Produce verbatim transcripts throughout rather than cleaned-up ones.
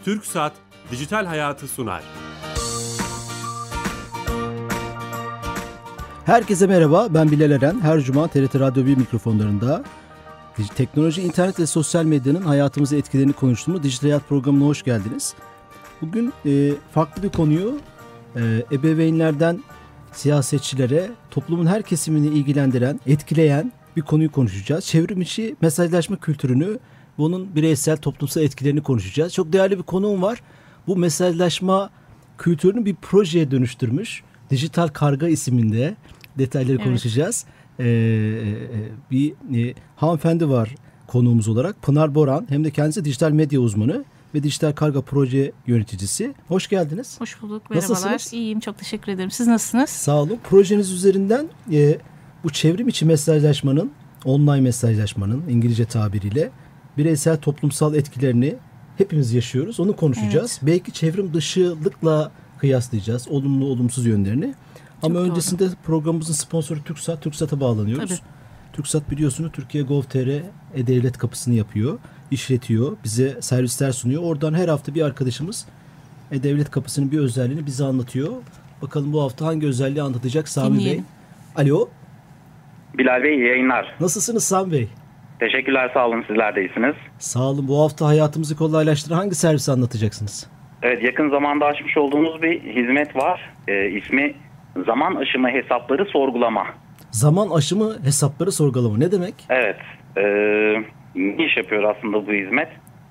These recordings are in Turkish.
TürkSat Dijital Hayatı sunar. Herkese merhaba, ben Bilal Eren. Her cuma T R T Radyo bir mikrofonlarında teknoloji, internet ve sosyal medyanın hayatımıza etkilerini konuştuğumuz Dijital Hayat programına hoş geldiniz. Bugün e, farklı bir konuyu e, ebeveynlerden siyasetçilere, toplumun her kesimini ilgilendiren, etkileyen bir konuyu konuşacağız. Çevrim içi mesajlaşma kültürünü ve onun bireysel, toplumsal etkilerini konuşacağız. Çok değerli bir konuğum var. Bu mesajlaşma kültürünü bir projeye dönüştürmüş. Dijital Karga isminde detayları evet. konuşacağız. Ee, bir e, hanımefendi var konuğumuz olarak. Pınar Boran, hem de kendisi dijital medya uzmanı ve Dijital Karga proje yöneticisi. Hoş geldiniz. Hoş bulduk. Merhabalar. Nasılsınız? İyiyim. Çok teşekkür ederim. Siz nasılsınız? Sağ olun. Projeniz üzerinden e, bu çevrim içi mesajlaşmanın, online mesajlaşmanın İngilizce tabiriyle bireysel toplumsal etkilerini hepimiz yaşıyoruz. Onu konuşacağız. Evet. Belki çevrim dışılıkla kıyaslayacağız. Olumlu olumsuz yönlerini. Ama çok öncesinde doğru. Programımızın sponsoru TürkSat. TürkSat'a bağlanıyoruz. Tabii. TürkSat biliyorsunuz Türkiye Gov nokta T R e-devlet kapısını yapıyor, işletiyor, bize servisler sunuyor. Oradan her hafta bir arkadaşımız e-devlet kapısının bir özelliğini bize anlatıyor. Bakalım bu hafta hangi özelliği anlatacak Sami Dinleyelim. Bey? Alo. Bilal Bey, iyi yayınlar. Nasılsınız Sami Bey? Teşekkürler, sağ olun. Sizler de iyisiniz. Sağ olun. Bu hafta hayatımızı kolaylaştıran hangi servisi anlatacaksınız? Evet, yakın zamanda açmış olduğumuz bir hizmet var. Ee, ismi Zaman Aşımı Hesapları Sorgulama. Zaman aşımı hesapları sorgulama. Ne demek? Evet. E, ne iş yapıyor aslında bu hizmet?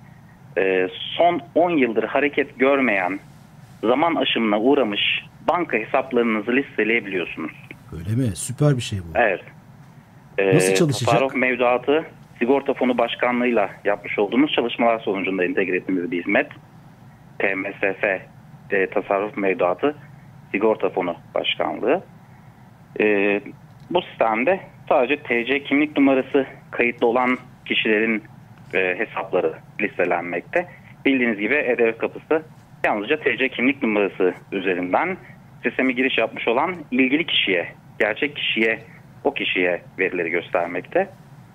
E, son on yıldır hareket görmeyen, zaman aşımına uğramış banka hesaplarınızı listeleyebiliyorsunuz. Öyle mi? Süper bir şey bu. Evet. E, Nasıl çalışacak? Tasarruf Mevduatı Sigorta Fonu Başkanlığı'yla yapmış olduğumuz çalışmalar sonucunda entegre ettiğimiz bir hizmet. T M S F e, Tasarruf Mevduatı Sigorta Fonu Başkanlığı. E, bu sistemde sadece T C kimlik numarası kayıtlı olan kişilerin e, hesapları listelenmekte. Bildiğiniz gibi E-Devlet Kapısı yalnızca T C kimlik numarası üzerinden sisteme giriş yapmış olan ilgili kişiye, gerçek kişiye, o kişiye verileri göstermekte.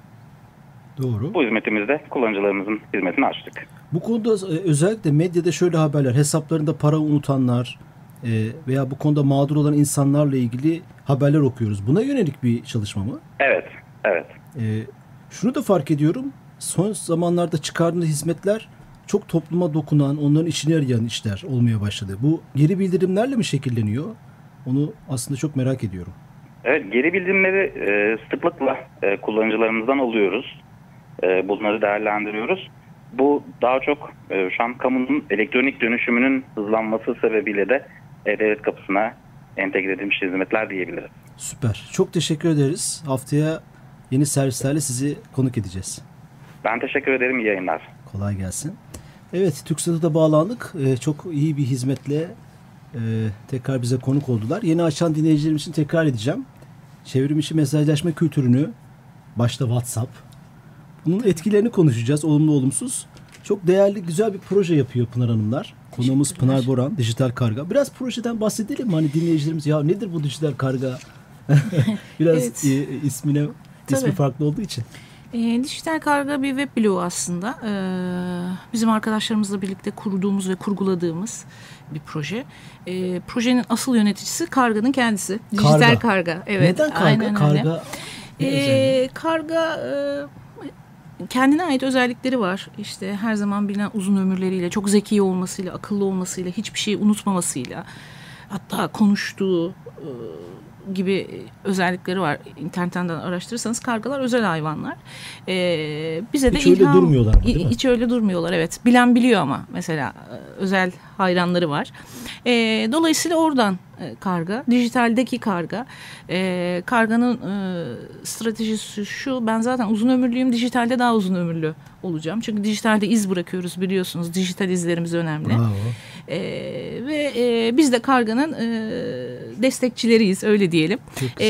Doğru. Bu hizmetimizde kullanıcılarımızın hizmetini açtık. Bu konuda özellikle medyada şöyle haberler, hesaplarında para unutanlar e, veya bu konuda mağdur olan insanlarla ilgili haberler okuyoruz. Buna yönelik bir çalışma mı? Evet, evet. E, şunu da fark ediyorum. Son zamanlarda çıkardığınız hizmetler çok topluma dokunan, onların içine yarayan işler olmaya başladı. Bu geri bildirimlerle mi şekilleniyor? Onu aslında çok merak ediyorum. Evet, geri bildirimleri e, sıklıkla e, kullanıcılarımızdan alıyoruz. E, bunları değerlendiriyoruz. Bu daha çok e, şu an kamunun elektronik dönüşümünün hızlanması sebebiyle de E-Devlet Kapısı'na entegre edilmiş hizmetler diyebiliriz. Süper. Çok teşekkür ederiz. Haftaya yeni servislerle sizi konuk edeceğiz. Ben teşekkür ederim. İyi yayınlar. Kolay gelsin. Evet, TürkSat'a da bağlandık. Ee, çok iyi bir hizmetle e, tekrar bize konuk oldular. Yeni açan dinleyicilerim için tekrar edeceğim. Çevrim içi mesajlaşma kültürünü, başta WhatsApp, bunun etkilerini konuşacağız. Olumlu olumsuz. Çok değerli, güzel bir proje yapıyor Pınar Hanımlar. Konuğumuz Pınar Boran, Dijital Karga. Biraz projeden bahsedelim mi? Hani dinleyicilerimiz ya nedir bu Dijital Karga? Biraz evet. e, ismine Tabii. ismi farklı olduğu için. E, Dijital Karga bir web bloğu aslında. E, bizim arkadaşlarımızla birlikte kurduğumuz ve kurguladığımız bir proje. E, projenin asıl yöneticisi Karga'nın kendisi. Dijital Karga. Karga. Evet. Neden Karga? Aynen Karga. E, Karga e, kendine ait özellikleri var. İşte her zaman bilinen uzun ömürleriyle, çok zeki olmasıyla, akıllı olmasıyla, hiçbir şeyi unutmamasıyla, hatta konuştuğu gibi özellikleri var. İnternetten araştırırsanız kargalar özel hayvanlar. Ee, bize hiç de öyle ilham, durmuyorlar mı, değil mi? Hiç öyle durmuyorlar, evet. Bilen biliyor ama mesela özel hayranları var. Ee, dolayısıyla oradan e, karga, dijitaldeki karga. E, karganın e, stratejisi şu: ben zaten uzun ömürlüyüm, dijitalde daha uzun ömürlü olacağım. Çünkü dijitalde iz bırakıyoruz, biliyorsunuz. Dijital izlerimiz önemli. Bravo. E, ve e, biz de karganın e, destekçileriyiz, öyle diyelim. E,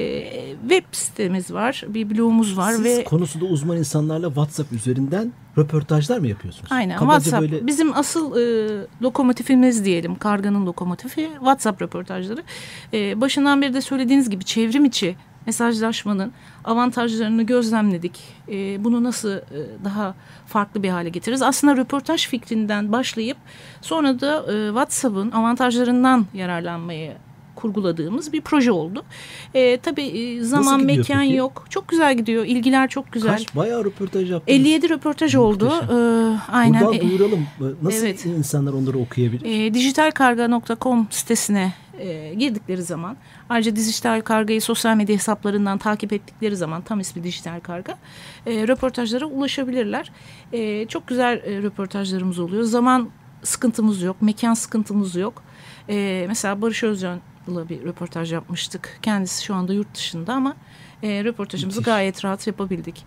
web sitemiz var, bir blogumuz var. Siz ve konusunda uzman insanlarla WhatsApp üzerinden röportajlar mı yapıyorsunuz? Aynen. Kabaca WhatsApp böyle... bizim asıl e, lokomotifimiz diyelim. Karganın lokomotifi WhatsApp röportajları. E, başından beri de söylediğiniz gibi çevrim içi mesajlaşmanın avantajlarını gözlemledik. E, bunu nasıl e, daha farklı bir hale getiririz? Aslında röportaj fikrinden başlayıp sonra da e, WhatsApp'ın avantajlarından yararlanmayı kurguladığımız bir proje oldu. E, tabii e, zaman mekan peki? Yok. Çok güzel gidiyor. İlgiler çok güzel. Kaç bayağı röportaj yaptınız. elli yedi röportaj oldu. E, aynen. Buradan duyuralım. Nasıl evet. insanlar onları okuyabilir? E, dijitalkarga nokta com sitesine e, girdikleri zaman, ayrıca Dijital Karga'yı sosyal medya hesaplarından takip ettikleri zaman, tam ismi Dijital Karga, e, röportajlara ulaşabilirler. E, çok güzel e, röportajlarımız oluyor. Zaman sıkıntımız yok. Mekan sıkıntımız yok. E, mesela Barış Özcan bir röportaj yapmıştık. Kendisi şu anda yurt dışında ama e, röportajımızı Müthiş. gayet rahat yapabildik.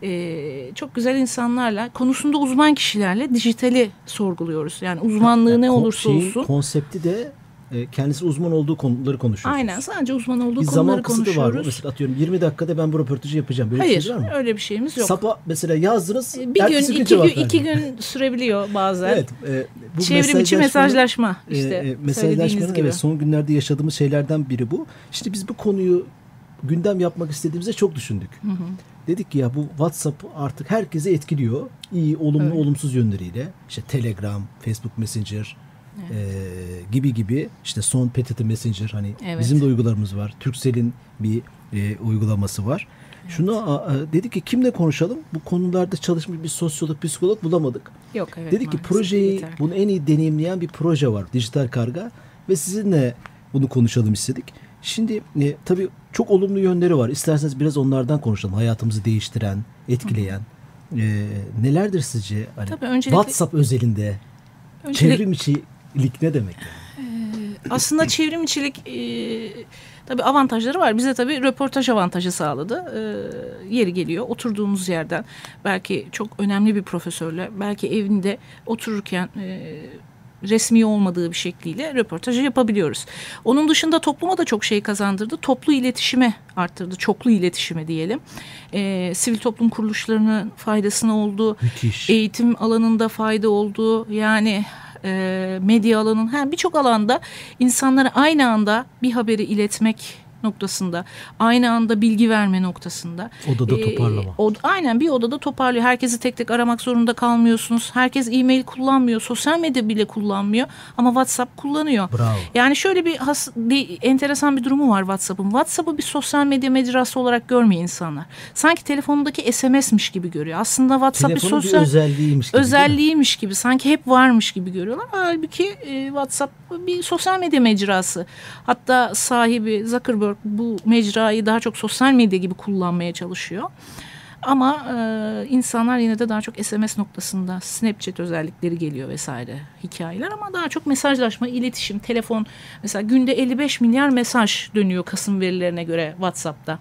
E, çok güzel insanlarla, konusunda uzman kişilerle dijitali sorguluyoruz. Yani uzmanlığı yani, ne olursa şeyin, olsun. Konsepti de e, kendisi uzman olduğu konuları konuşuyoruz. Aynen, sadece uzman olduğu bir konuları zaman konuşuyoruz. Zaman kısıtı var mı? Mesela atıyorum yirmi dakikada ben bu röportajı yapacağım. Böyle Hayır, bir şey var mı? öyle bir şeyimiz yok. Sabah mesela yazdınız. Bir gün, iki gün, iki gün sürebiliyor bazen. Evet. E, bu çevrim içi mesajlaşma işte. E, e, mesajlaşmanın evet, son günlerde yaşadığımız şeylerden biri bu. İşte biz bu konuyu gündem yapmak istediğimizde çok düşündük. Hı hı. Dedik ki ya bu WhatsApp artık herkese etkiliyor. İyi, olumlu, evet. olumsuz yönleriyle. İşte Telegram, Facebook Messenger evet. e, gibi gibi. İşte son P T T Messenger, hani evet. bizim de uygularımız var. Turkcell'in bir e, uygulaması var. Evet. Şunu a, dedik ki kimle konuşalım? Bu konularda çalışmış bir sosyolog, psikolog bulamadık. Yok evet. Dedik ki projeyi, yeter. bunu en iyi deneyimleyen bir proje var. Dijital Karga ve sizinle bunu konuşalım istedik. Şimdi e, tabii çok olumlu yönleri var. İsterseniz biraz onlardan konuşalım. Hayatımızı değiştiren, etkileyen. E, nelerdir sizce? Hani tabii öncelikle, WhatsApp özelinde öncelikle, çevrim içilik ne demek? Yani? E, aslında çevrim içilik e, tabii avantajları var. Bize tabii röportaj avantajı sağladı. E, yeri geliyor. Oturduğumuz yerden belki çok önemli bir profesörle, belki evinde otururken E, resmi olmadığı bir şekliyle röportajı yapabiliyoruz. Onun dışında topluma da çok şey kazandırdı. Toplu iletişime arttırdı. Çoklu iletişime diyelim. Ee, sivil toplum kuruluşlarının faydasına oldu. Müthiş. Eğitim alanında fayda oldu. Yani e, medya alanının birçok alanda insanlara aynı anda bir haberi iletmek noktasında, aynı anda bilgi verme noktasında. Odada toparlama. E, o, aynen bir odada toparlıyor. Herkesi tek tek aramak zorunda kalmıyorsunuz. Herkes e-mail kullanmıyor. Sosyal medya bile kullanmıyor. Ama WhatsApp kullanıyor. Bravo. Yani şöyle bir, has, bir enteresan bir durumu var WhatsApp'ın. WhatsApp'ı bir sosyal medya mecrası olarak görmüyor insanlar. Sanki telefonundaki S M S'miş gibi görüyor. Aslında WhatsApp telefonun bir sosyal bir özelliğiymiş gibi. Özelliğiymiş gibi. Sanki hep varmış gibi görüyorlar. Halbuki e, WhatsApp bir sosyal medya mecrası. Hatta sahibi Zuckerberg bu mecrayı daha çok sosyal medya gibi kullanmaya çalışıyor. Ama e, insanlar yine de daha çok S M S noktasında, Snapchat özellikleri geliyor vesaire hikayeler, ama daha çok mesajlaşma, iletişim, telefon. Mesela günde elli beş milyar mesaj dönüyor Kasım verilerine göre WhatsApp'ta.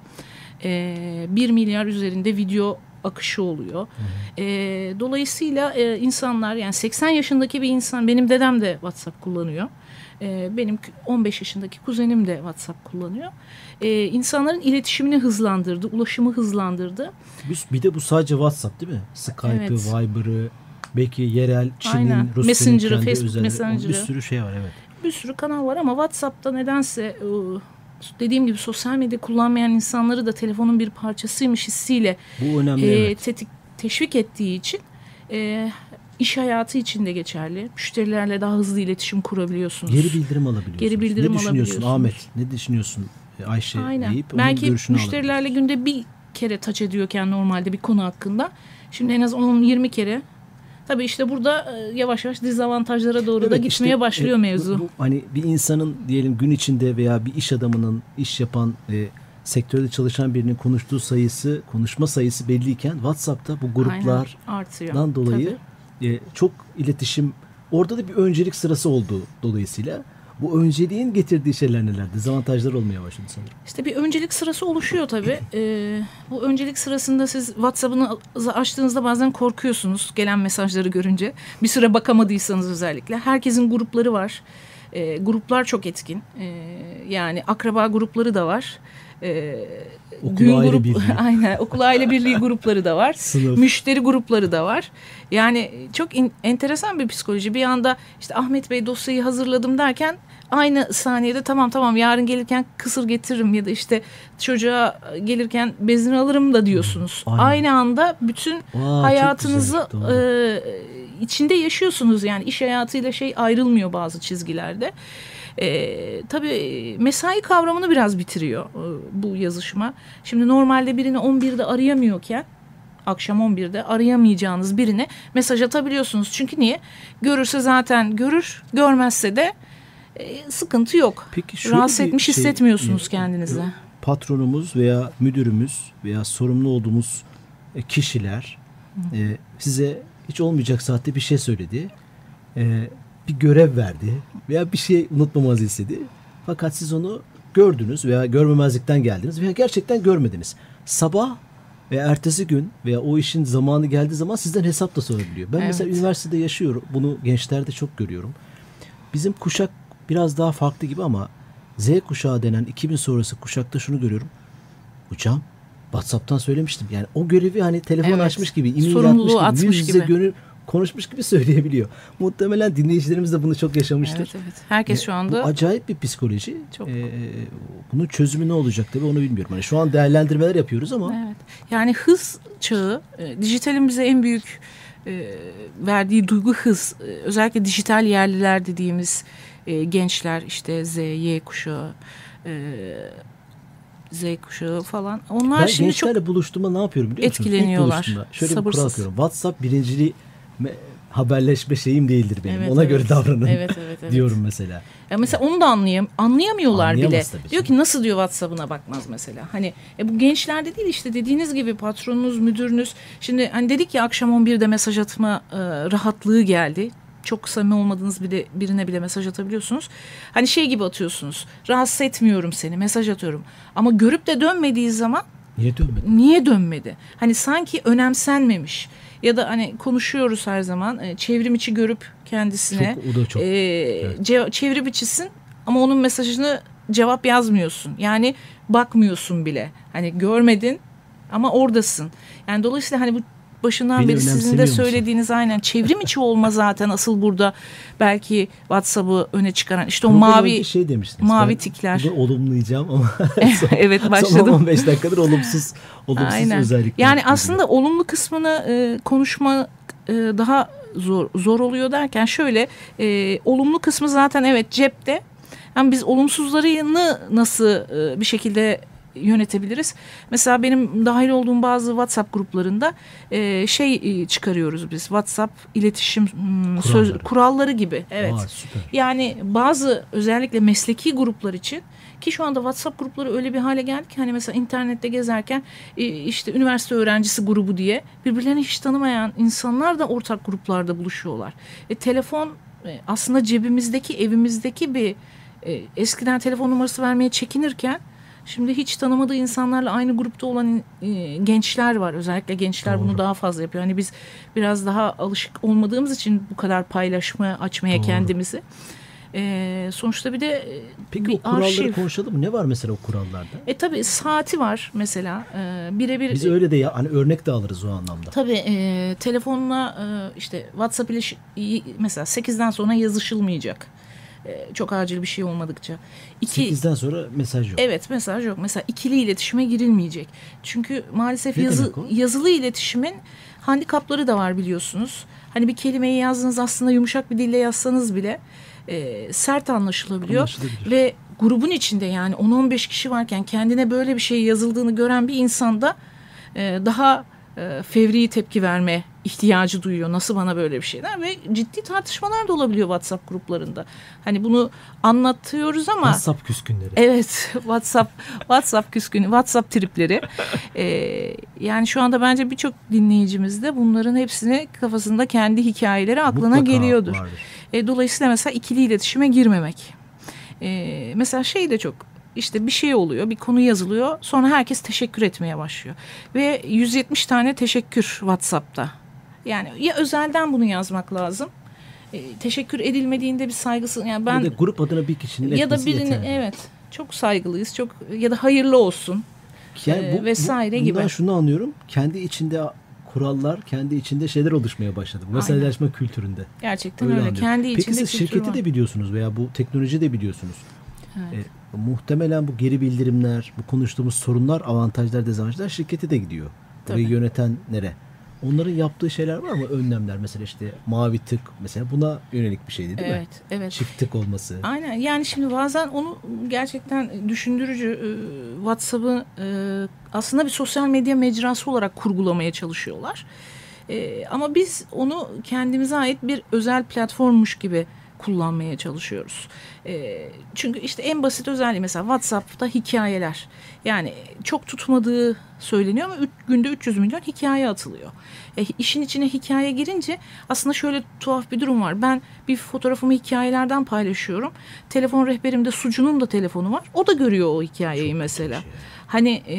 E, bir milyar üzerinde video akışı oluyor. E, dolayısıyla e, insanlar, yani seksen yaşındaki bir insan, benim dedem de WhatsApp kullanıyor. Benim on beş yaşındaki kuzenim de WhatsApp kullanıyor. Ee, insanların iletişimini hızlandırdı, ulaşımı hızlandırdı. Bir de bu sadece WhatsApp değil mi? Skype'ı, evet. Viber'ı, belki yerel Çin'in, Aynen. Rusya'nın Messenger'ı, kendi Facebook özelliği. Messenger'ı. Bir sürü şey var, evet. Bir sürü kanal var ama WhatsApp'ta nedense dediğim gibi sosyal medya kullanmayan insanları da telefonun bir parçasıymış hissiyle bu önemli, e, evet. tetik, teşvik ettiği için e, İş hayatı için de geçerli. Müşterilerle daha hızlı iletişim kurabiliyorsunuz. Geri bildirim alabiliyorsunuz. Geri bildirim ne düşünüyorsun alabiliyorsunuz. Ahmet? Ne düşünüyorsun Ayşe Aynen. deyip onun belki görüşünü müşterilerle günde bir kere taç ediyorken normalde bir konu hakkında, şimdi en az on yirmi kere. Tabii işte burada yavaş yavaş dezavantajlara doğru evet, da gitmeye işte, başlıyor e, mevzu. Bu, bu, hani bir insanın diyelim gün içinde veya bir iş adamının, iş yapan, e, sektörde çalışan birinin konuştuğu sayısı, konuşma sayısı belliyken WhatsApp'ta bu gruplardan dolayı Tabii. çok iletişim, orada da bir öncelik sırası olduğu dolayısıyla bu önceliğin getirdiği şeyler neler? Dezavantajlar olmaya başladı sanırım. İşte bir öncelik sırası oluşuyor tabii. Ee, bu öncelik sırasında siz WhatsApp'ını açtığınızda bazen korkuyorsunuz gelen mesajları görünce. Bir süre bakamadıysanız özellikle. Herkesin grupları var. Ee, gruplar çok etkin. Ee, yani akraba grupları da var. Ee, Okul aile grup, birliği. Aynen, okul aile birliği grupları da var. Sınıf. Müşteri grupları da var. Yani çok in, enteresan bir psikoloji. Bir anda işte Ahmet Bey dosyayı hazırladım derken aynı saniyede tamam tamam yarın gelirken kısır getiririm ya da işte çocuğa gelirken bezini alırım da diyorsunuz. Aynen. Aynı anda bütün Aa, hayatınızı güzel, e, içinde yaşıyorsunuz. Yani iş hayatıyla şey ayrılmıyor bazı çizgilerde. E, tabii mesai kavramını biraz bitiriyor e, bu yazışma. Şimdi normalde birini on birde arayamıyorken akşam on birde arayamayacağınız birine mesaj atabiliyorsunuz. Çünkü niye? Görürse zaten görür, görmezse de e, sıkıntı yok. Peki rahatsız bir etmiş şey, hissetmiyorsunuz e, kendinizi. Patronumuz veya müdürümüz veya sorumlu olduğumuz kişiler e, size hiç olmayacak saatte bir şey söyledi. E, bir görev verdi veya bir şey unutmamanızı istedi. Fakat siz onu gördünüz veya görmemezlikten geldiniz veya gerçekten görmediniz. Sabah veya ertesi gün veya o işin zamanı geldiği zaman sizden hesap da sorabiliyor. Ben Evet. mesela üniversitede yaşıyorum. Bunu gençlerde çok görüyorum. Bizim kuşak biraz daha farklı gibi ama Z kuşağı denen iki bin sonrası kuşakta şunu görüyorum. Hocam WhatsApp'tan söylemiştim. Yani o görevi hani telefon Evet. açmış gibi, e-mail Sorumluluğu atmış gibi, atmış yüz yüze gibi. gönül konuşmuş gibi söyleyebiliyor. Muhtemelen dinleyicilerimiz de bunu çok yaşamıştır. Evet evet. Herkes şu anda Bu acayip bir psikoloji. Çok. Ee, bunun çözümü ne olacak tabii onu bilmiyorum. Hani şu an değerlendirmeler yapıyoruz ama evet. Yani hız çağı, e, dijitalin bize en büyük e, verdiği duygu hız. E, özellikle dijital yerliler dediğimiz e, gençler işte Z, Y kuşağı, e, Z kuşağı falan. Onlar ben şimdi çok gençlerle buluştuğumda ne yapıyorum biliyor musunuz? İlk etkileniyorlar. buluştuğumda şöyle bir kural Sabırsız. koyuyorum. WhatsApp birincili me- haberleşme şeyim değildir benim. Evet, Ona evet. göre davranın Evet, evet, evet. diyorum mesela. Ya mesela onu da anlayam anlayamıyorlar bile. Anlayamaz tabii Diyor canım. ki nasıl diyor WhatsApp'ına bakmaz mesela. Hani e, bu gençlerde değil işte dediğiniz gibi patronunuz, müdürünüz. Şimdi hani dedik ya akşam on birde mesaj atma e, rahatlığı geldi. Çok samimi olmadığınız bile, birine bile mesaj atabiliyorsunuz. Hani şey gibi atıyorsunuz. Rahatsız etmiyorum seni, mesaj atıyorum. Ama görüp de dönmediği zaman Niye dönmedi? niye dönmedi? Hani sanki önemsenmemiş. Ya da hani konuşuyoruz her zaman e, çevrim içi görüp kendisine Çok, o da çok. e, Evet. ce- çevrim içisin ama onun mesajını cevap yazmıyorsun. Yani bakmıyorsun bile. Hani görmedin ama oradasın. Yani dolayısıyla hani bu başından Beni beri sizin de önemsemiyor musun? söylediğiniz aynen çevrim içi olma zaten asıl burada belki WhatsApp'ı öne çıkaran işte o Program mavi önce şey demiştiniz. mavi Ben tikler. bunu olumlayacağım ama evet son başladım. on beş dakikadır olumsuz olumsuz Aynen. özellikler. Yani aslında olumlu kısmını e, konuşma e, daha zor zor oluyor derken şöyle e, olumlu kısmı zaten evet cepte. Yani biz olumsuzlarını nasıl e, bir şekilde yönetebiliriz? Mesela benim dahil olduğum bazı WhatsApp gruplarında e, şey e, çıkarıyoruz biz. WhatsApp iletişim hmm, söz Kuralları. kuralları gibi. Evet. Aa, süper. Yani bazı özellikle mesleki gruplar için ki şu anda WhatsApp grupları öyle bir hale geldi ki hani mesela internette gezerken e, işte üniversite öğrencisi grubu diye birbirlerini hiç tanımayan insanlar da ortak gruplarda buluşuyorlar. E, telefon e, aslında cebimizdeki evimizdeki bir e, eskiden telefon numarası vermeye çekinirken şimdi hiç tanımadığı insanlarla aynı grupta olan e, gençler var. Özellikle gençler Doğru. bunu daha fazla yapıyor. Hani biz biraz daha alışık olmadığımız için bu kadar paylaşma, açmaya Doğru. kendimizi. E, sonuçta bir de e, Peki bir o kuralları arşiv. konuşalım mı? Ne var mesela o kurallarda? E tabii saati var mesela. E, birebir. Biz öyle de ya hani örnek de alırız o anlamda. Tabii e, telefonla e, işte WhatsApp ile mesela sekizden sonra yazışılmayacak. E, çok acil bir şey olmadıkça. İki, sekizden sonra mesaj yok. Evet mesaj yok. Mesela ikili iletişime girilmeyecek. Çünkü maalesef Ne yazı, demek o? yazılı iletişimin handikapları da var biliyorsunuz. Hani bir kelimeyi yazdığınız aslında yumuşak bir dille yazsanız bile e, sert anlaşılabiliyor. Anlaşılabilir. Ve grubun içinde yani on on beş kişi varken kendine böyle bir şey yazıldığını gören bir insanda e, daha e, fevri tepki verme ihtiyacı duyuyor. Nasıl bana böyle bir şeyler ve ciddi tartışmalar da olabiliyor WhatsApp gruplarında. Hani bunu anlatıyoruz ama WhatsApp küskünleri. evet WhatsApp WhatsApp küskünü, WhatsApp tripleri. Ee, yani şu anda bence birçok dinleyicimiz de bunların hepsini kafasında kendi hikayeleri aklına Mutlaka geliyordur. vardır. E, dolayısıyla mesela ikili iletişime girmemek. E, mesela şey de çok işte bir şey oluyor, bir konu yazılıyor. Sonra herkes teşekkür etmeye başlıyor. Ve yüz yetmiş tane teşekkür WhatsApp'ta. Yani ya özelden bunu yazmak lazım. E, teşekkür edilmediğinde bir saygısı yani ben Ya da grup adına bir kişinin ya da etmesi birini yeterli. evet çok saygılıyız. Çok ya da hayırlı olsun. Yani e, bu, vesaire bu, bundan gibi. şunu anlıyorum. Kendi içinde kurallar, kendi içinde şeyler oluşmaya başladı. Mesajlaşma Aynen. kültüründe. Gerçekten öyle. öyle. Kendi Peki içinde siz şirketi var. de biliyorsunuz veya bu teknoloji de biliyorsunuz. Evet. E, muhtemelen bu geri bildirimler, bu konuştuğumuz sorunlar, avantajlar, dezavantajlar şirkete de gidiyor. Tabii. Ve yönetenlere. Onların yaptığı şeyler var mı? Önlemler mesela işte mavi tık mesela buna yönelik bir şeydi değil evet, mi? Evet. Çift tık olması. Aynen. Yani şimdi bazen onu gerçekten düşündürücü. WhatsApp'ı aslında bir sosyal medya mecrası olarak kurgulamaya çalışıyorlar. Ama biz onu kendimize ait bir özel platformmuş gibi kullanmaya çalışıyoruz. E, çünkü işte en basit özelliği mesela WhatsApp'ta hikayeler. Yani çok tutmadığı söyleniyor ama üç, günde üç yüz milyon hikaye atılıyor. E, işin içine hikaye girince aslında şöyle tuhaf bir durum var. Ben bir fotoğrafımı hikayelerden paylaşıyorum. Telefon rehberimde sucunun da telefonu var. O da görüyor o hikayeyi çok mesela. Şey. Hani e,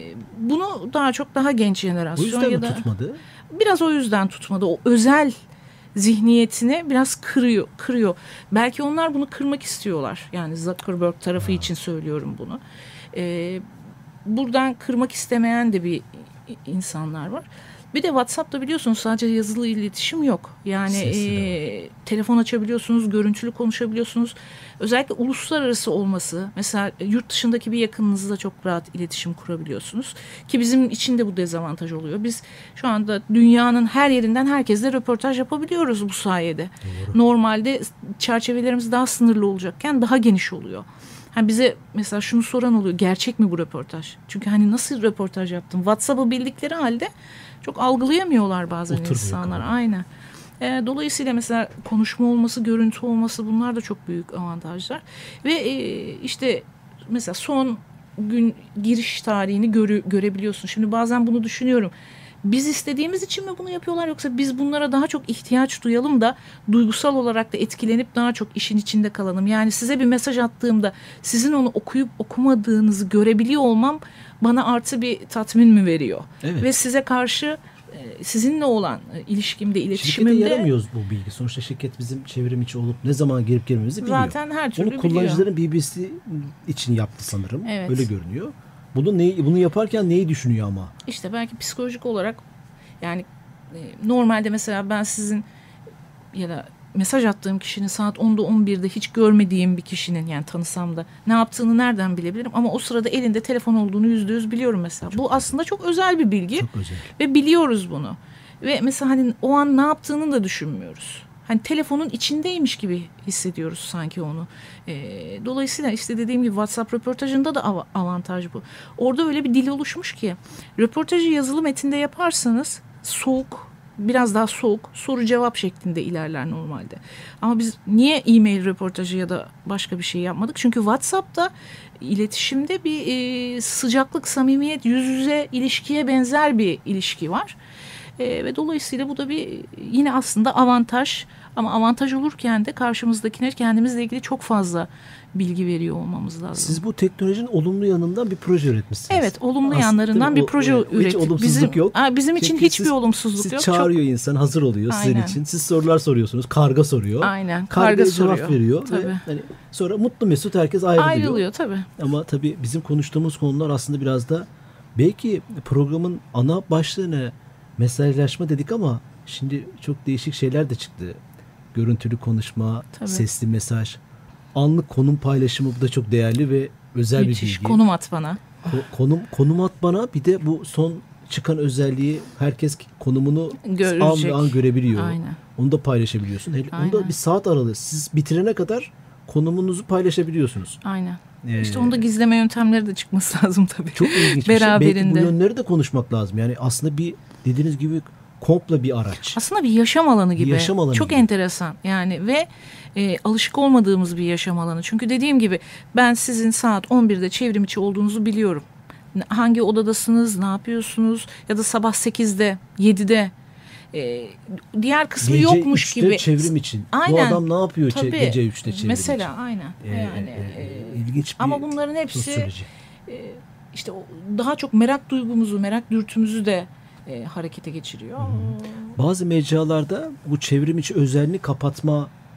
bunu daha çok daha genç jenerasyon. O yüzden ya mi da tutmadı? Biraz o yüzden tutmadı. O özel zihniyetini biraz kırıyor, kırıyor. Belki onlar bunu kırmak istiyorlar. Yani Zuckerberg tarafı ha. için söylüyorum bunu. Ee, buradan kırmak istemeyen de bir insanlar var. Bir de WhatsApp'ta biliyorsunuz sadece yazılı iletişim yok. Yani e, telefon açabiliyorsunuz, görüntülü konuşabiliyorsunuz. Özellikle uluslararası olması. Mesela yurt dışındaki bir yakınınızla çok rahat iletişim kurabiliyorsunuz. Ki bizim için de bu dezavantaj oluyor. Biz şu anda dünyanın her yerinden herkesle röportaj yapabiliyoruz bu sayede. Doğru. Normalde çerçevelerimiz daha sınırlı olacakken daha geniş oluyor. Yani bize mesela şunu soran oluyor. Gerçek mi bu röportaj? Çünkü hani nasıl röportaj yaptın? WhatsApp'ı bildikleri halde çok algılayamıyorlar bazen Oturmuyor insanlar. Kadar. Aynen. E, dolayısıyla mesela konuşma olması, görüntü olması bunlar da çok büyük avantajlar. Ve e, işte mesela son gün giriş tarihini görü, görebiliyorsun. Şimdi bazen bunu düşünüyorum. Biz istediğimiz için mi bunu yapıyorlar yoksa biz bunlara daha çok ihtiyaç duyalım da duygusal olarak da etkilenip daha çok işin içinde kalalım. Yani size bir mesaj attığımda sizin onu okuyup okumadığınızı görebiliyor olmam bana artı bir tatmin mi veriyor? Evet. Ve size karşı sizinle olan ilişkimde, iletişimimde... Şirkete yaramıyoruz bu bilgi. Sonuçta şirket bizim çevrim içi olup ne zaman girip girmemizi biliyor. Zaten her türlü biliyor. Onu kullanıcıların B B C için yaptı sanırım. Evet. Öyle görünüyor. Bunu ne, bunu yaparken neyi düşünüyor ama? İşte belki psikolojik olarak yani normalde mesela ben sizin ya da mesaj attığım kişinin saat onda on birde hiç görmediğim bir kişinin yani tanısam da ne yaptığını nereden bilebilirim? Ama o sırada elinde telefon olduğunu yüzde yüz biliyorum mesela. Çok Bu özel. Aslında çok özel bir bilgi. Çok özel. Ve biliyoruz bunu. Ve mesela hani o an ne yaptığını da düşünmüyoruz. Hani telefonun içindeymiş gibi hissediyoruz sanki onu. E, dolayısıyla işte dediğim gibi WhatsApp röportajında da av- avantaj bu. Orada öyle bir dil oluşmuş ki röportajı yazılı metinde yaparsanız soğuk, biraz daha soğuk soru cevap şeklinde ilerler normalde. Ama biz niye e-mail röportajı ya da başka bir şey yapmadık? Çünkü WhatsApp'ta iletişimde bir e, sıcaklık, samimiyet, yüz yüze ilişkiye benzer bir ilişki var. E, ve dolayısıyla bu da bir yine aslında avantaj ama avantaj olurken de karşımızdakine kendimizle ilgili çok fazla bilgi veriyor olmamız lazım. Siz bu teknolojinin olumlu yanından bir proje üretmişsiniz. Evet, olumlu aslında yanlarından bir proje o, ürettik. Hiç olumsuzluk bizim, yok. A, bizim için Çünkü hiçbir siz, olumsuzluk siz yok. Siz çağırıyor çok... insan, hazır oluyor sizin Aynen. için. Siz sorular soruyorsunuz, karga soruyor. Aynen, karga, karga soruyor. cevap veriyor. Tabii. Ve hani sonra mutlu mesut herkes ayrılıyor. Ayrılıyor tabii. Ama tabii bizim konuştuğumuz konular aslında biraz da belki programın ana başlığı ne? Mesajlaşma dedik ama şimdi çok değişik şeyler de çıktı. Görüntülü konuşma, tabii. sesli mesaj, anlık konum paylaşımı bu da çok değerli ve özel Müthiş. bir bilgi. Konum at bana. Ko- konum konum at bana. Bir de bu son çıkan özelliği herkes konumunu görecek. an an görebiliyor. Aynen. Onu da paylaşabiliyorsun. Hele, onu da bir saat aralığı. Siz bitirene kadar konumunuzu paylaşabiliyorsunuz. Aynen. Ee, işte onu da gizleme yöntemleri de çıkması lazım tabii. Çok ilginç bir şey. Belki bu yönleri de konuşmak lazım. Yani aslında bir dediğiniz gibi komple bir araç. Aslında bir yaşam alanı gibi. Bir yaşam alanı Çok gibi. enteresan yani ve e, alışık olmadığımız bir yaşam alanı. Çünkü dediğim gibi ben sizin saat on birde çevrim içi olduğunuzu biliyorum. Hangi odadasınız, ne yapıyorsunuz ya da sabah sekizde, yedide e, diğer kısmı gece yokmuş gibi. Çevrim için. Aynen. Bu adam ne yapıyor Tabii. gece üçte çevrim Mesela, için? Mesela aynen. Ee, yani, e, e, ilginç bir ama bunların hepsi e, işte daha çok merak duygumuzu, merak dürtümüzü de E, harekete geçiriyor. Hı-hı. Bazı mecralarda bu çevrim içi özelliğini kapatma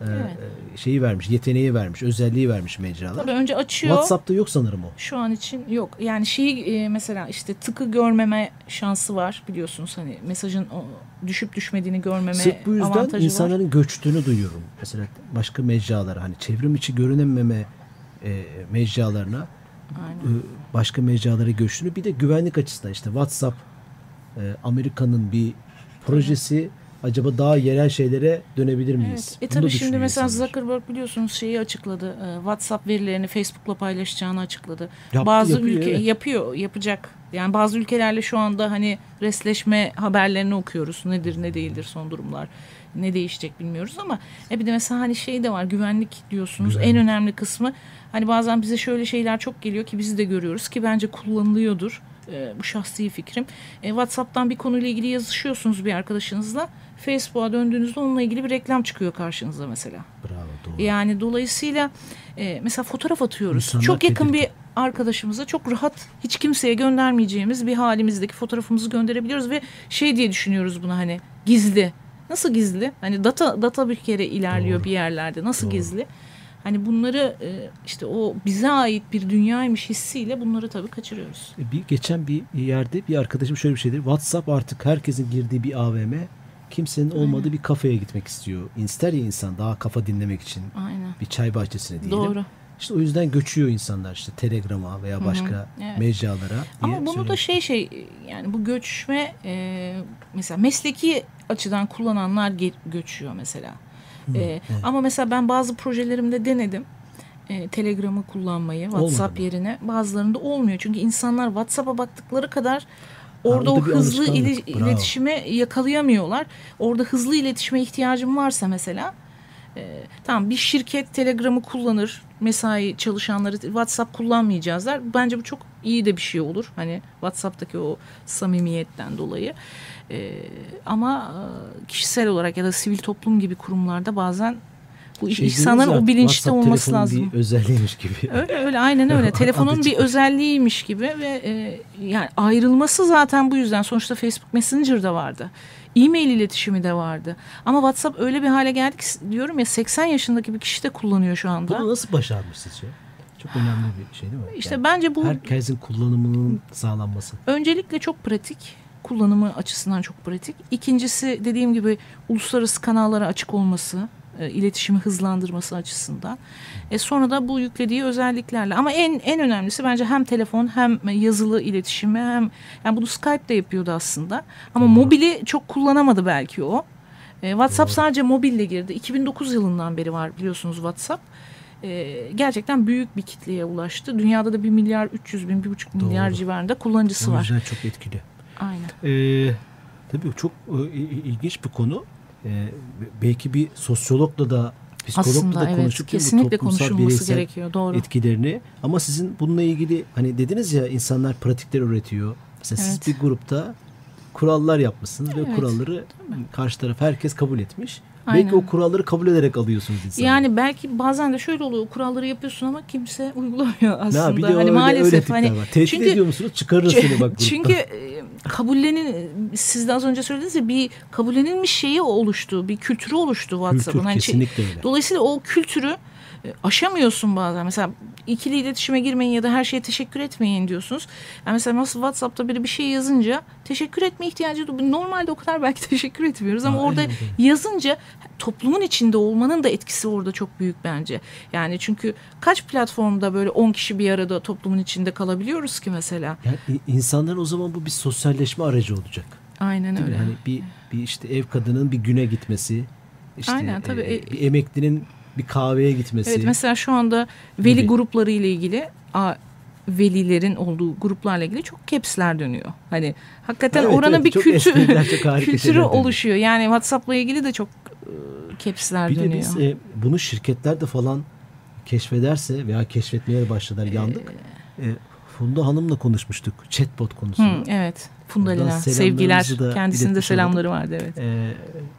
Evet. şeyi vermiş, yeteneği vermiş, özelliği vermiş mecralar. Tabii önce açıyor. WhatsApp'ta yok sanırım o. Şu an için yok. Yani şeyi mesela işte tıkı görmeme şansı var biliyorsunuz, hani mesajın düşüp düşmediğini görmeme Sırf bu yüzden avantajı insanların var. göçtüğünü duyuyorum. Mesela başka mecralara, hani çevrim içi görünememe e, mecralarına, Aynen. e, başka mecralara göçtüğünü. Bir de güvenlik açısından işte WhatsApp e, Amerika'nın bir projesi, acaba daha yerel şeylere dönebilir miyiz? Evet. E Bunu da tabii şimdi mesela insanlar. Zuckerberg biliyorsunuz şeyi açıkladı. E, WhatsApp verilerini Facebook'la paylaşacağını açıkladı. Yaptı, bazı yapıyor, ülke evet. yapıyor, yapacak. Yani bazı ülkelerle şu anda hani resleşme haberlerini okuyoruz. Nedir, ne değildir son durumlar. Ne değişecek bilmiyoruz ama e bir de mesela hani şey de var, güvenlik diyorsunuz. Güvenlik. En önemli kısmı hani bazen bize şöyle şeyler çok geliyor ki biz de görüyoruz ki bence kullanılıyordur. E, bu şahsi fikrim. E, WhatsApp'tan bir konuyla ilgili yazışıyorsunuz bir arkadaşınızla. Facebook'a döndüğünüzde onunla ilgili bir reklam çıkıyor karşınıza mesela. Bravo, doğru. Yani dolayısıyla e, mesela fotoğraf atıyoruz. İnsanlar çok yakın tedirgin. bir arkadaşımıza çok rahat, hiç kimseye göndermeyeceğimiz bir halimizdeki fotoğrafımızı gönderebiliyoruz ve şey diye düşünüyoruz buna, hani gizli. Nasıl gizli? Hani data data bir kere ilerliyor Doğru. bir yerlerde. Nasıl Doğru. gizli? Hani bunları e, işte o bize ait bir dünyaymış hissiyle bunları tabii kaçırıyoruz. Bir geçen bir yerde bir arkadaşım şöyle bir şeydir. WhatsApp artık herkesin girdiği bir A V M. Kimsenin olmadığı bir kafeye gitmek istiyor. İster ya insan daha kafa dinlemek için Aynen. bir çay bahçesine diyelim. Doğru. İşte o yüzden göçüyor insanlar işte Telegram'a veya başka Evet. mecralara. Ama diye bunu da söylüyorum. şey şey yani bu göçme e, mesela mesleki açıdan kullananlar ge- göçüyor mesela. E, evet. Ama mesela ben bazı projelerimde denedim. E, Telegram'ı kullanmayı WhatsApp Olmadı mı? yerine, bazılarında olmuyor. Çünkü insanlar WhatsApp'a baktıkları kadar orada o o, da bir hızlı alışkanlık. ili- Bravo. iletişime yakalayamıyorlar. Orada hızlı iletişime ihtiyacım varsa mesela e, tamam bir şirket Telegram'ı kullanır. Mesai çalışanları WhatsApp kullanmayacağız der. Bence bu çok iyi de bir şey olur. Hani WhatsApp'taki o samimiyetten dolayı. E, ama e, kişisel olarak ya da sivil toplum gibi kurumlarda bazen bu Şey insanların diyoruz ya, o bilinçte WhatsApp olması telefonun lazım. bir özelliğiymiş gibi. Öyle öyle aynen öyle. Telefonun bir çıkmış. özelliğiymiş gibi ve e, yani ayrılması zaten bu yüzden. Sonuçta Facebook Messenger'da vardı. E-mail iletişimi de vardı. Ama WhatsApp öyle bir hale geldi ki diyorum ya seksen yaşındaki bir kişi de kullanıyor şu anda. Bunu nasıl başarmış sizce? Çok önemli bir şey değil mi? İşte Yani bence bu herkesin kullanımının sağlanması. öncelikle çok pratik. Kullanımı açısından çok pratik. İkincisi dediğim gibi uluslararası kanallara açık olması, e, iletişimi hızlandırması açısından. E sonra da bu yüklediği özelliklerle. Ama en en önemlisi bence hem telefon hem yazılı iletişimi hem yani bunu Skype de yapıyordu aslında. Ama Doğru. mobili çok kullanamadı belki o. E, WhatsApp Doğru. sadece mobille girdi. iki bin dokuz yılından beri var biliyorsunuz WhatsApp. E, gerçekten büyük bir kitleye ulaştı. Dünyada da bir milyar üç yüz bin, bir buçuk milyar Doğru. civarında kullanıcısı O var. yüzden çok etkili. Aynen. Ee, tabii çok e, ilginç bir konu. Ee, belki bir sosyologla da psikologla Aslında da evet konuşup bu kesinlikle toplumsal konuşulması bireysel gerekiyor. Doğru. etkilerini. Ama sizin bununla ilgili hani dediniz ya insanlar pratikler üretiyor. Mesela Evet. siz bir grupta kurallar yapmışsınız ve Evet. kuralları karşı taraf herkes kabul etmiş. Aynen. Belki o kuralları kabul ederek alıyorsunuz insanları. Yani belki bazen de şöyle oluyor, kuralları yapıyorsun ama kimse uygulamıyor aslında. Ya bir de hani öyle, maalesef öyle tipler hani var. Tehdit çünkü ediyor musunuz? Çıkarırız seni bak gruptan. çünkü e, kabullenin siz de az önce söylediniz ya bir kabullenilmiş şeyi oluştu, bir kültürü oluştu WhatsApp'ın. Kültür Hani şey- kesinlikle öyle. Dolayısıyla o kültürü e, aşamıyorsun bazen. Mesela ikili iletişime girmeyin ya da her şeye teşekkür etmeyin diyorsunuz. Yani mesela nasıl WhatsApp'ta biri bir şey yazınca teşekkür etme ihtiyacı du- normalde o kadar belki teşekkür etmiyoruz ama Aa, orada evet, evet. yazınca toplumun içinde olmanın da etkisi orada çok büyük bence. Yani çünkü kaç platformda böyle on kişi bir arada toplumun içinde kalabiliyoruz ki mesela. Yani i- insanların o zaman bu bir sosyalleşme aracı olacak. Aynen Değil mi? öyle. Hani bir bir işte ev kadının bir güne gitmesi, işte Aynen, tabii. e, bir emeklinin bir kahveye gitmesi. Evet mesela şu anda veli gibi. grupları ile ilgili a, velilerin olduğu gruplarla ilgili çok caps'ler dönüyor. Hani hakikaten Evet, oranın evet, bir çok kültür, espriler, çok harika kültürü şeyler dönüyor. oluşuyor. Yani WhatsApp'la ilgili de çok e, caps'ler Bir de dönüyor. biz e, bunu şirketler de falan keşfederse veya keşfetmeye başladılar, yandık. E, Funda Hanım'la konuşmuştuk chatbot konusunu. Hı, evet. Funda Buradan Lina, selamlarımızı sevgiler. da Kendisinin de iletmiş selamları vardı evet. E,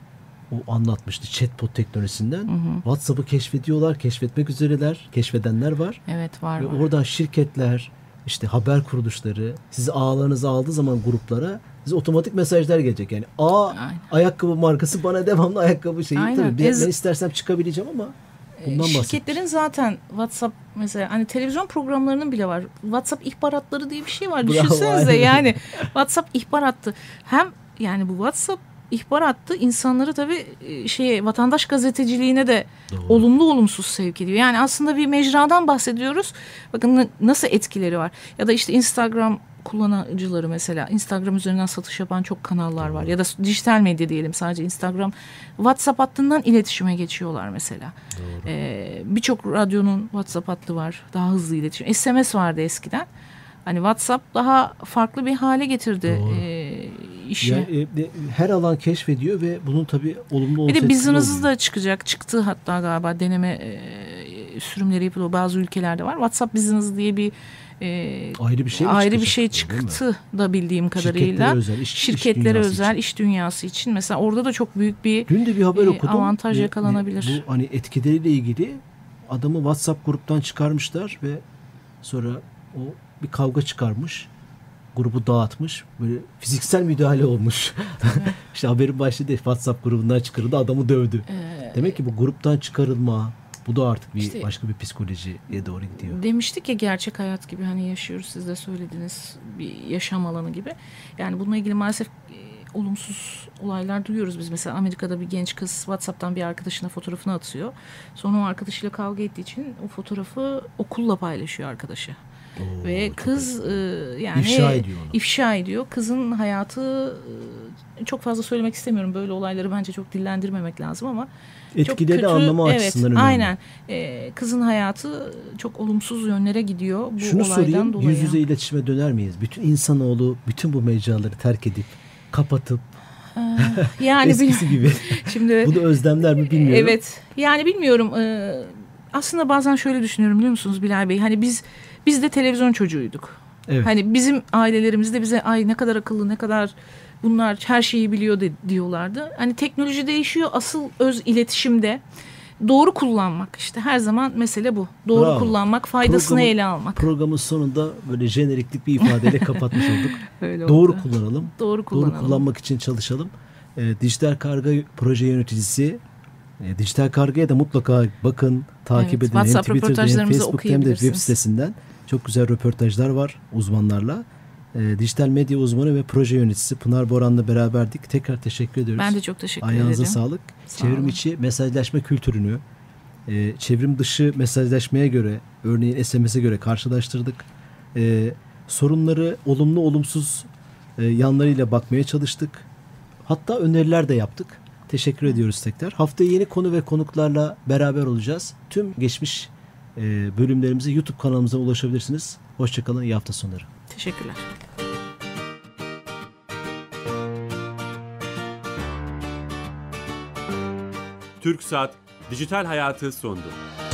o anlatmıştı chatbot teknolojisinden. Hı hı. WhatsApp'ı keşfediyorlar, keşfetmek üzereler, keşfedenler var. Evet var Ve var. oradan şirketler, işte haber kuruluşları sizi ağlarınıza aldığı zaman gruplara size otomatik mesajlar gelecek. Yani A Aynen. ayakkabı markası bana devamlı ayakkabı şeyi. Aynen. Tabii ben, Ez- ben istersem çıkabileceğim ama bundan bahsediyoruz. Şirketlerin zaten WhatsApp mesela hani televizyon programlarının bile var. WhatsApp ihbaratları diye bir şey var. Bravo, Düşünsenize aynen. yani WhatsApp ihbar hattı. Hem yani bu WhatsApp ihbar hattı insanları tabii e, şeye vatandaş gazeteciliğine de Doğru. olumlu olumsuz sevk ediyor. Yani aslında bir mecradan bahsediyoruz. Bakın n- nasıl etkileri var. Ya da işte Instagram kullanıcıları mesela Instagram üzerinden satış yapan çok kanallar var. Ya da dijital medya diyelim sadece Instagram. WhatsApp hattından iletişime geçiyorlar mesela. Ee, Birçok radyonun WhatsApp hattı var. Daha hızlı iletişim. S M S vardı eskiden. Hani WhatsApp daha farklı bir hale getirdi Doğru. e, işi. Yani, e, de- her alan keşfediyor ve bunun tabii olumlu Bir olumsuz de etkisi business'ı oluyor. da çıkacak. Çıktı hatta galiba deneme e, sürümleri yapılıyor. Bazı ülkelerde var. WhatsApp Business diye bir e, Ayrı bir şey mi ayrı bir çıkacak, şey değil mi? çıktı da bildiğim kadarıyla. Şirketlere özel, iş- iş Şirketlere dünyası özel için. iş dünyası için. Mesela orada da çok büyük bir Dün de bir haber e, okudum. avantaj Ve- yakalanabilir. Bu hani etkileriyle ilgili adamı WhatsApp gruptan çıkarmışlar ve sonra o bir kavga çıkarmış. Grubu dağıtmış. Böyle fiziksel müdahale olmuş. İşte haberin başlığı değil. WhatsApp grubundan çıkarıldı. Adamı dövdü. Demek ki bu gruptan çıkarılma bu da artık bir İşte- başka bir psikolojiye doğru gidiyor. Demiştik ya gerçek hayat gibi hani yaşıyoruz siz de söylediniz bir yaşam alanı gibi. Yani bununla ilgili maalesef e, olumsuz olaylar duyuyoruz biz. Mesela Amerika'da bir genç kız WhatsApp'tan bir arkadaşına fotoğrafını atıyor. Sonra o arkadaşıyla kavga ettiği için o fotoğrafı okulla paylaşıyor arkadaşı. Oo, Ve çok kız e, yani İfşa ediyor onu. ifşa ediyor. Kızın hayatı e, çok fazla söylemek istemiyorum. Böyle olayları bence çok dillendirmemek lazım ama çok etkileri kötü. anlama Evet, açısından önemli. aynen. Ee, kızın hayatı çok olumsuz yönlere gidiyor bu Şunu olaydan sorayım, dolayı. yüz yüze iletişime döner miyiz? Bütün insanoğlu bütün bu mecraları terk edip kapatıp Yani eskisi bil- gibi. şimdi Bunu özlemler mi bilmiyorum. evet. Yani bilmiyorum. Ee, aslında bazen şöyle düşünüyorum biliyor musunuz Bilal Bey? Hani biz biz de televizyon çocuğuyduk. Evet. Hani bizim ailelerimiz de bize ay ne kadar akıllı, ne kadar bunlar her şeyi biliyor de, diyorlardı. Hani teknoloji değişiyor. Asıl öz iletişimde doğru kullanmak işte her zaman mesele bu. Doğru Bravo. kullanmak, faydasını Programın- ele almak. Programın sonunda böyle jeneriklik bir ifadeyle kapatmış olduk. Öyle Doğru oldu. kullanalım. Doğru kullanalım. Doğru kullanmak için çalışalım. Ee, Dijital Karga proje yöneticisi e, Dijital Karga'ya da mutlaka bakın, takip Evet, edin. WhatsApp hem Twitter'da hem röportajlarımızı Facebook'ta hem de web okuyabilirsiniz. sitesinden çok güzel röportajlar var uzmanlarla. Ee, dijital medya uzmanı ve proje yöneticisi Pınar Boran'la beraberdik. Tekrar teşekkür ediyoruz. Ben de çok teşekkür Ayağınıza ederim. sağlık. Sağ Çevrim olun. içi mesajlaşma kültürünü e, çevrim dışı mesajlaşmaya göre, örneğin S M S'e göre karşılaştırdık. E, sorunları olumlu olumsuz e, yanlarıyla bakmaya çalıştık. Hatta öneriler de yaptık. Teşekkür ediyoruz tekrar. Haftaya yeni konu ve konuklarla beraber olacağız. Tüm geçmiş e, bölümlerimizi YouTube kanalımıza ulaşabilirsiniz. Hoşçakalın, iyi hafta sonları. Teşekkürler. TürkSat Dijital Hayatı sondu.